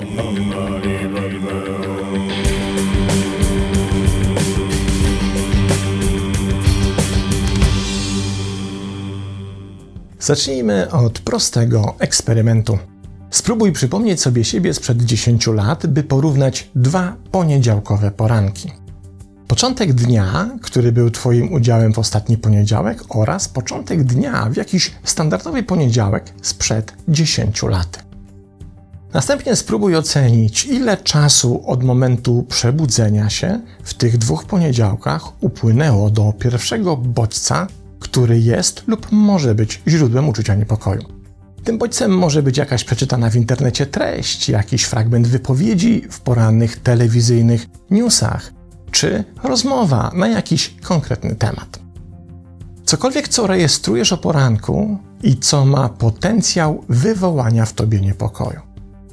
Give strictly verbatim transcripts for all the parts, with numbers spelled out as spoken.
Zacznijmy od prostego eksperymentu. Spróbuj przypomnieć sobie siebie sprzed dziesięciu lat, by porównać dwa poniedziałkowe poranki. Początek dnia, który był Twoim udziałem w ostatni poniedziałek, oraz początek dnia w jakiś standardowy poniedziałek sprzed dziesięciu lat. Następnie spróbuj ocenić, ile czasu od momentu przebudzenia się w tych dwóch poniedziałkach upłynęło do pierwszego bodźca, który jest lub może być źródłem uczucia niepokoju. Tym bodźcem może być jakaś przeczytana w internecie treść, jakiś fragment wypowiedzi w porannych telewizyjnych newsach, czy rozmowa na jakiś konkretny temat. Cokolwiek, co rejestrujesz o poranku i co ma potencjał wywołania w tobie niepokoju.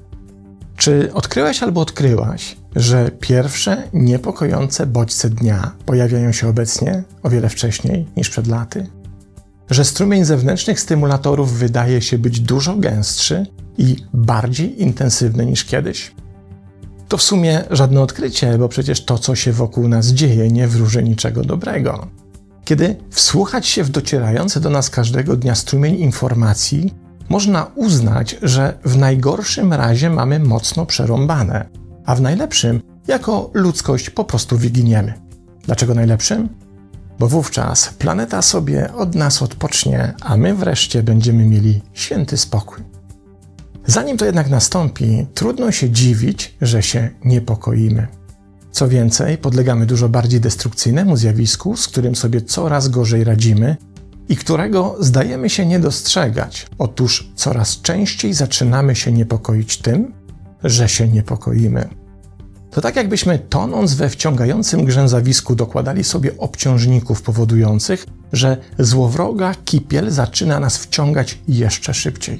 Czy odkryłeś albo odkryłaś, że pierwsze niepokojące bodźce dnia pojawiają się obecnie o wiele wcześniej niż przed laty? Że strumień zewnętrznych stymulatorów wydaje się być dużo gęstszy i bardziej intensywny niż kiedyś? To w sumie żadne odkrycie, bo przecież to, co się wokół nas dzieje, nie wróży niczego dobrego. Kiedy wsłuchać się w docierający do nas każdego dnia strumień informacji, można uznać, że w najgorszym razie mamy mocno przerąbane, a w najlepszym jako ludzkość po prostu wyginiemy. Dlaczego najlepszym? Bo wówczas planeta sobie od nas odpocznie, a my wreszcie będziemy mieli święty spokój. Zanim to jednak nastąpi, trudno się dziwić, że się niepokoimy. Co więcej, podlegamy dużo bardziej destrukcyjnemu zjawisku, z którym sobie coraz gorzej radzimy i którego zdajemy się nie dostrzegać. Otóż coraz częściej zaczynamy się niepokoić tym, że się niepokoimy. To tak jakbyśmy tonąc we wciągającym grzęzawisku dokładali sobie obciążników powodujących, że złowroga kipiel zaczyna nas wciągać jeszcze szybciej.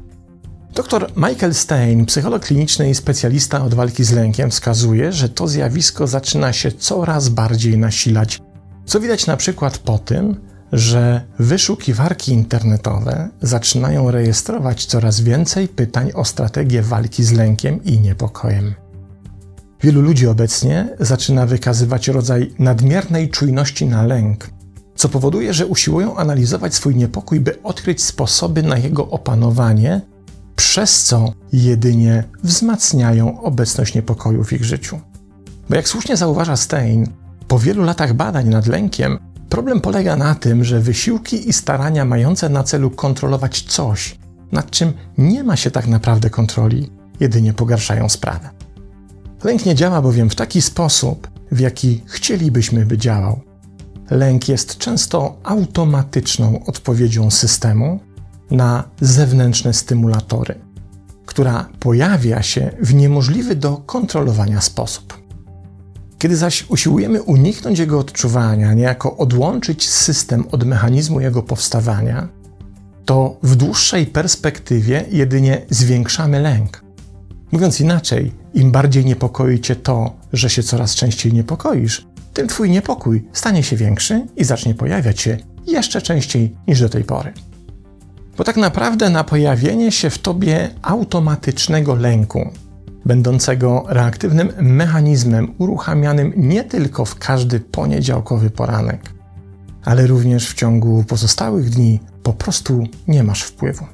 Doktor Michael Stein, psycholog kliniczny i specjalista od walki z lękiem, wskazuje, że to zjawisko zaczyna się coraz bardziej nasilać, co widać na przykład po tym, że wyszukiwarki internetowe zaczynają rejestrować coraz więcej pytań o strategię walki z lękiem i niepokojem. Wielu ludzi obecnie zaczyna wykazywać rodzaj nadmiernej czujności na lęk, co powoduje, że usiłują analizować swój niepokój, by odkryć sposoby na jego opanowanie, przez co jedynie wzmacniają obecność niepokoju w ich życiu. Bo jak słusznie zauważa Stein, po wielu latach badań nad lękiem problem polega na tym, że wysiłki i starania mające na celu kontrolować coś, nad czym nie ma się tak naprawdę kontroli, jedynie pogarszają sprawę. Lęk nie działa bowiem w taki sposób, w jaki chcielibyśmy, by działał. Lęk jest często automatyczną odpowiedzią systemu na zewnętrzne stymulatory, która pojawia się w niemożliwy do kontrolowania sposób. Kiedy zaś usiłujemy uniknąć jego odczuwania, niejako odłączyć system od mechanizmu jego powstawania, to w dłuższej perspektywie jedynie zwiększamy lęk. Mówiąc inaczej, im bardziej niepokoi cię to, że się coraz częściej niepokoisz, tym twój niepokój stanie się większy i zacznie pojawiać się jeszcze częściej niż do tej pory. Bo tak naprawdę na pojawienie się w tobie automatycznego lęku, będącego reaktywnym mechanizmem uruchamianym nie tylko w każdy poniedziałkowy poranek, ale również w ciągu pozostałych dni, po prostu nie masz wpływu.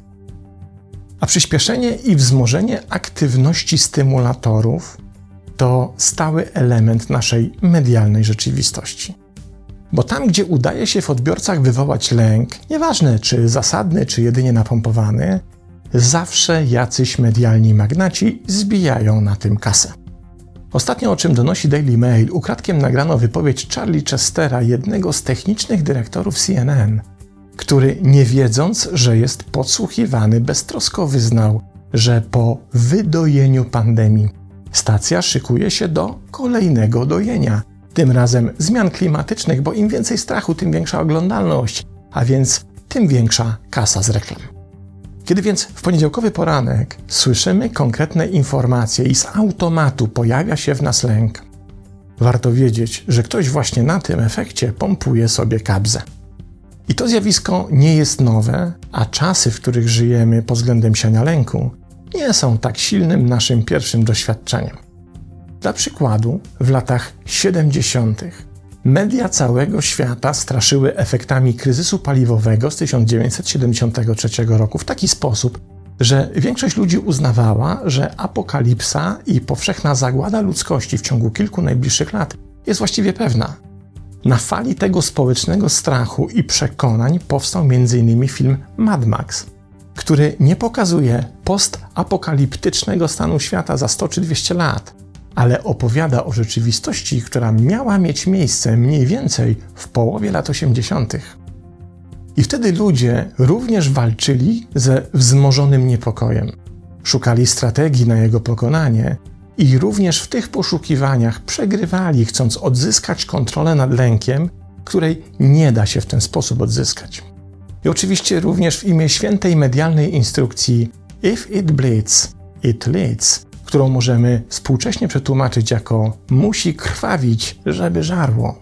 A przyspieszenie i wzmożenie aktywności stymulatorów to stały element naszej medialnej rzeczywistości. Bo tam, gdzie udaje się w odbiorcach wywołać lęk, nieważne czy zasadny, czy jedynie napompowany, zawsze jacyś medialni magnaci zbijają na tym kasę. Ostatnio, o czym donosi Daily Mail, ukradkiem nagrano wypowiedź Charlie Chestera, jednego z technicznych dyrektorów C N N, który, nie wiedząc, że jest podsłuchiwany, beztrosko wyznał, że po wydojeniu pandemii stacja szykuje się do kolejnego dojenia. Tym razem zmian klimatycznych, bo im więcej strachu, tym większa oglądalność, a więc tym większa kasa z reklam. Kiedy więc w poniedziałkowy poranek słyszymy konkretne informacje i z automatu pojawia się w nas lęk, warto wiedzieć, że ktoś właśnie na tym efekcie pompuje sobie kabzę. I to zjawisko nie jest nowe, a czasy, w których żyjemy pod względem siania lęku, nie są tak silnym naszym pierwszym doświadczeniem. Dla przykładu, w latach siedemdziesiątych media całego świata straszyły efektami kryzysu paliwowego z tysiąc dziewięćset siedemdziesiątego trzeciego roku w taki sposób, że większość ludzi uznawała, że apokalipsa i powszechna zagłada ludzkości w ciągu kilku najbliższych lat jest właściwie pewna. Na fali tego społecznego strachu i przekonań powstał między innymi film Mad Max, który nie pokazuje postapokaliptycznego stanu świata za sto czy dwieście lat, ale opowiada o rzeczywistości, która miała mieć miejsce mniej więcej w połowie lat osiemdziesiątych. I wtedy ludzie również walczyli ze wzmożonym niepokojem. Szukali strategii na jego pokonanie i również w tych poszukiwaniach przegrywali, chcąc odzyskać kontrolę nad lękiem, której nie da się w ten sposób odzyskać. I oczywiście również w imię świętej medialnej instrukcji If it bleeds, it leads, którą możemy współcześnie przetłumaczyć jako musi krwawić, żeby żarło.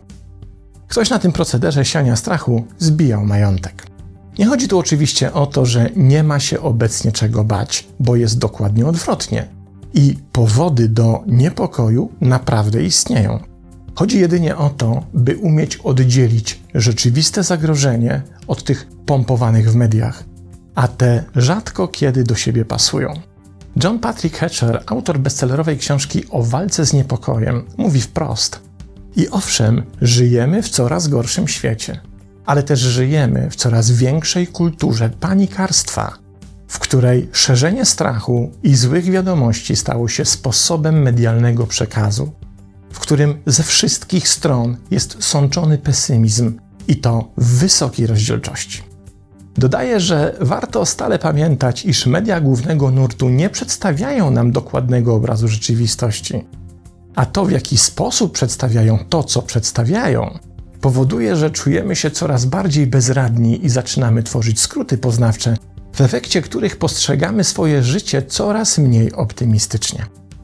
Ktoś na tym procederze siania strachu zbijał majątek. Nie chodzi tu oczywiście o to, że nie ma się obecnie czego bać, bo jest dokładnie odwrotnie. I powody do niepokoju naprawdę istnieją. Chodzi jedynie o to, by umieć oddzielić rzeczywiste zagrożenie od tych pompowanych w mediach, a te rzadko kiedy do siebie pasują. John Patrick Hatcher, autor bestsellerowej książki o walce z niepokojem, mówi wprost: i owszem, żyjemy w coraz gorszym świecie, ale też żyjemy w coraz większej kulturze panikarstwa, w której szerzenie strachu i złych wiadomości stało się sposobem medialnego przekazu, w którym ze wszystkich stron jest sączony pesymizm i to w wysokiej rozdzielczości. Dodaję, że warto stale pamiętać, iż media głównego nurtu nie przedstawiają nam dokładnego obrazu rzeczywistości, a to, w jaki sposób przedstawiają to, co przedstawiają, powoduje, że czujemy się coraz bardziej bezradni i zaczynamy tworzyć skróty poznawcze, w efekcie których postrzegamy swoje życie coraz mniej optymistycznie.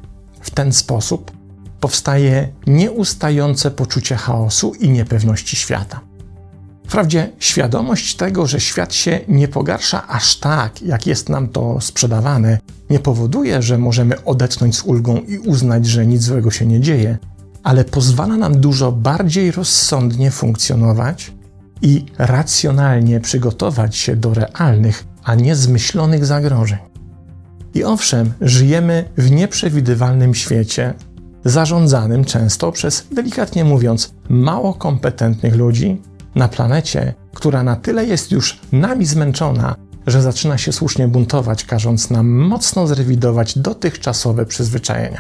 W ten sposób powstaje nieustające poczucie chaosu i niepewności świata. Wprawdzie świadomość tego, że świat się nie pogarsza aż tak, jak jest nam to sprzedawane, nie powoduje, że możemy odetchnąć z ulgą i uznać, że nic złego się nie dzieje, ale pozwala nam dużo bardziej rozsądnie funkcjonować i racjonalnie przygotować się do realnych, a nie zmyślonych zagrożeń. I owszem, żyjemy w nieprzewidywalnym świecie, zarządzanym często przez, delikatnie mówiąc, mało kompetentnych ludzi, na planecie, która na tyle jest już nami zmęczona, że zaczyna się słusznie buntować, każąc nam mocno zrewidować dotychczasowe przyzwyczajenia.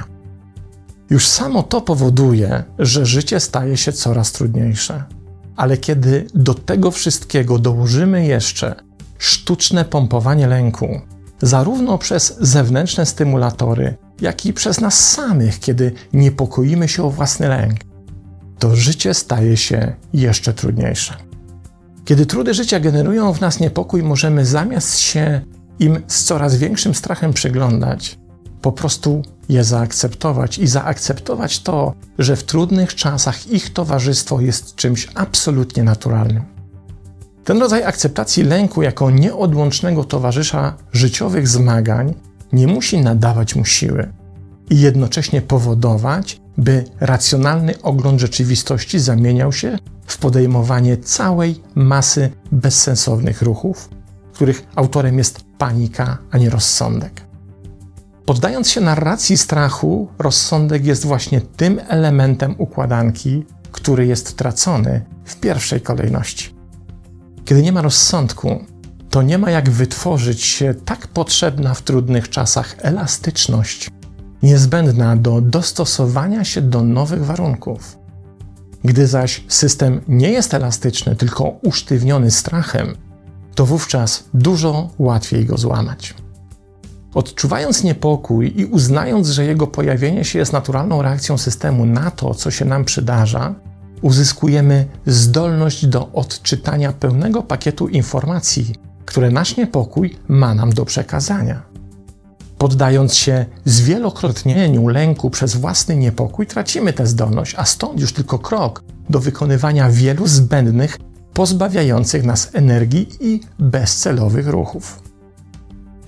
Już samo to powoduje, że życie staje się coraz trudniejsze. Ale kiedy do tego wszystkiego dołożymy jeszcze sztuczne pompowanie lęku, zarówno przez zewnętrzne stymulatory, jak i przez nas samych, kiedy niepokoimy się o własny lęk, to życie staje się jeszcze trudniejsze. Kiedy trudy życia generują w nas niepokój, możemy zamiast się im z coraz większym strachem przyglądać, po prostu je zaakceptować i zaakceptować to, że w trudnych czasach ich towarzystwo jest czymś absolutnie naturalnym. Ten rodzaj akceptacji lęku jako nieodłącznego towarzysza życiowych zmagań nie musi nadawać mu siły i jednocześnie powodować, by racjonalny ogląd rzeczywistości zamieniał się w podejmowanie całej masy bezsensownych ruchów, których autorem jest panika, a nie rozsądek. Poddając się narracji strachu, rozsądek jest właśnie tym elementem układanki, który jest tracony w pierwszej kolejności. Kiedy nie ma rozsądku, to nie ma jak wytworzyć się tak potrzebna w trudnych czasach elastyczność, niezbędna do dostosowania się do nowych warunków. Gdy zaś system nie jest elastyczny, tylko usztywniony strachem, to wówczas dużo łatwiej go złamać. Odczuwając niepokój i uznając, że jego pojawienie się jest naturalną reakcją systemu na to, co się nam przydarza, uzyskujemy zdolność do odczytania pełnego pakietu informacji, które nasz niepokój ma nam do przekazania. Poddając się zwielokrotnieniu lęku przez własny niepokój, tracimy tę zdolność, a stąd już tylko krok do wykonywania wielu zbędnych, pozbawiających nas energii i bezcelowych ruchów.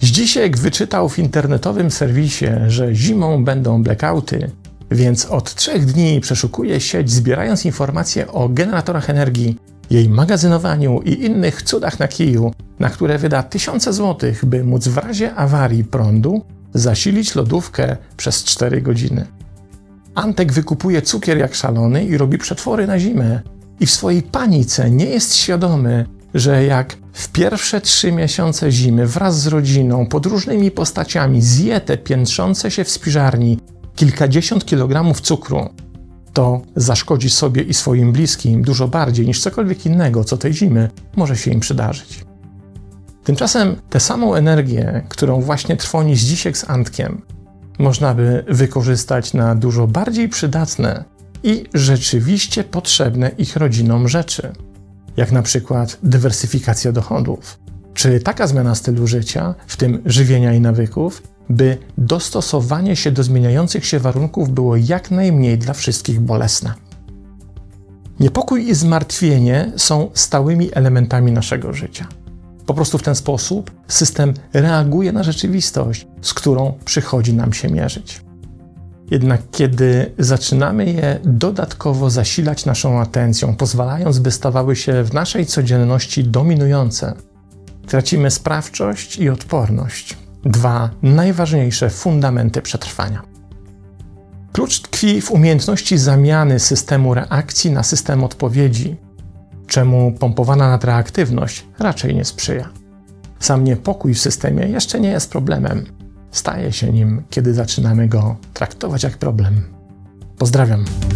Zdzisiek wyczytał w internetowym serwisie, że zimą będą blackouty, więc od trzech dni przeszukuje sieć, zbierając informacje o generatorach energii, jej magazynowaniu i innych cudach na kiju, na które wyda tysiące złotych, by móc w razie awarii prądu zasilić lodówkę przez cztery godziny. Antek wykupuje cukier jak szalony i robi przetwory na zimę. I w swojej panice nie jest świadomy, że jak w pierwsze trzy miesiące zimy wraz z rodziną pod różnymi postaciami zje te piętrzące się w spiżarni kilkadziesiąt kilogramów cukru, to zaszkodzi sobie i swoim bliskim dużo bardziej niż cokolwiek innego, co tej zimy może się im przydarzyć. Tymczasem tę samą energię, którą właśnie trwoni Zdzisiek z Antkiem, można by wykorzystać na dużo bardziej przydatne i rzeczywiście potrzebne ich rodzinom rzeczy, jak na przykład dywersyfikacja dochodów, czy taka zmiana stylu życia, w tym żywienia i nawyków, by dostosowanie się do zmieniających się warunków było jak najmniej dla wszystkich bolesne. Niepokój i zmartwienie są stałymi elementami naszego życia. Po prostu w ten sposób system reaguje na rzeczywistość, z którą przychodzi nam się mierzyć. Jednak kiedy zaczynamy je dodatkowo zasilać naszą atencją, pozwalając, by stawały się w naszej codzienności dominujące, tracimy sprawczość i odporność. Dwa najważniejsze fundamenty przetrwania. Klucz tkwi w umiejętności zamiany systemu reakcji na system odpowiedzi, czemu pompowana nadreaktywność raczej nie sprzyja. Sam niepokój w systemie jeszcze nie jest problemem. Staje się nim, kiedy zaczynamy go traktować jak problem. Pozdrawiam.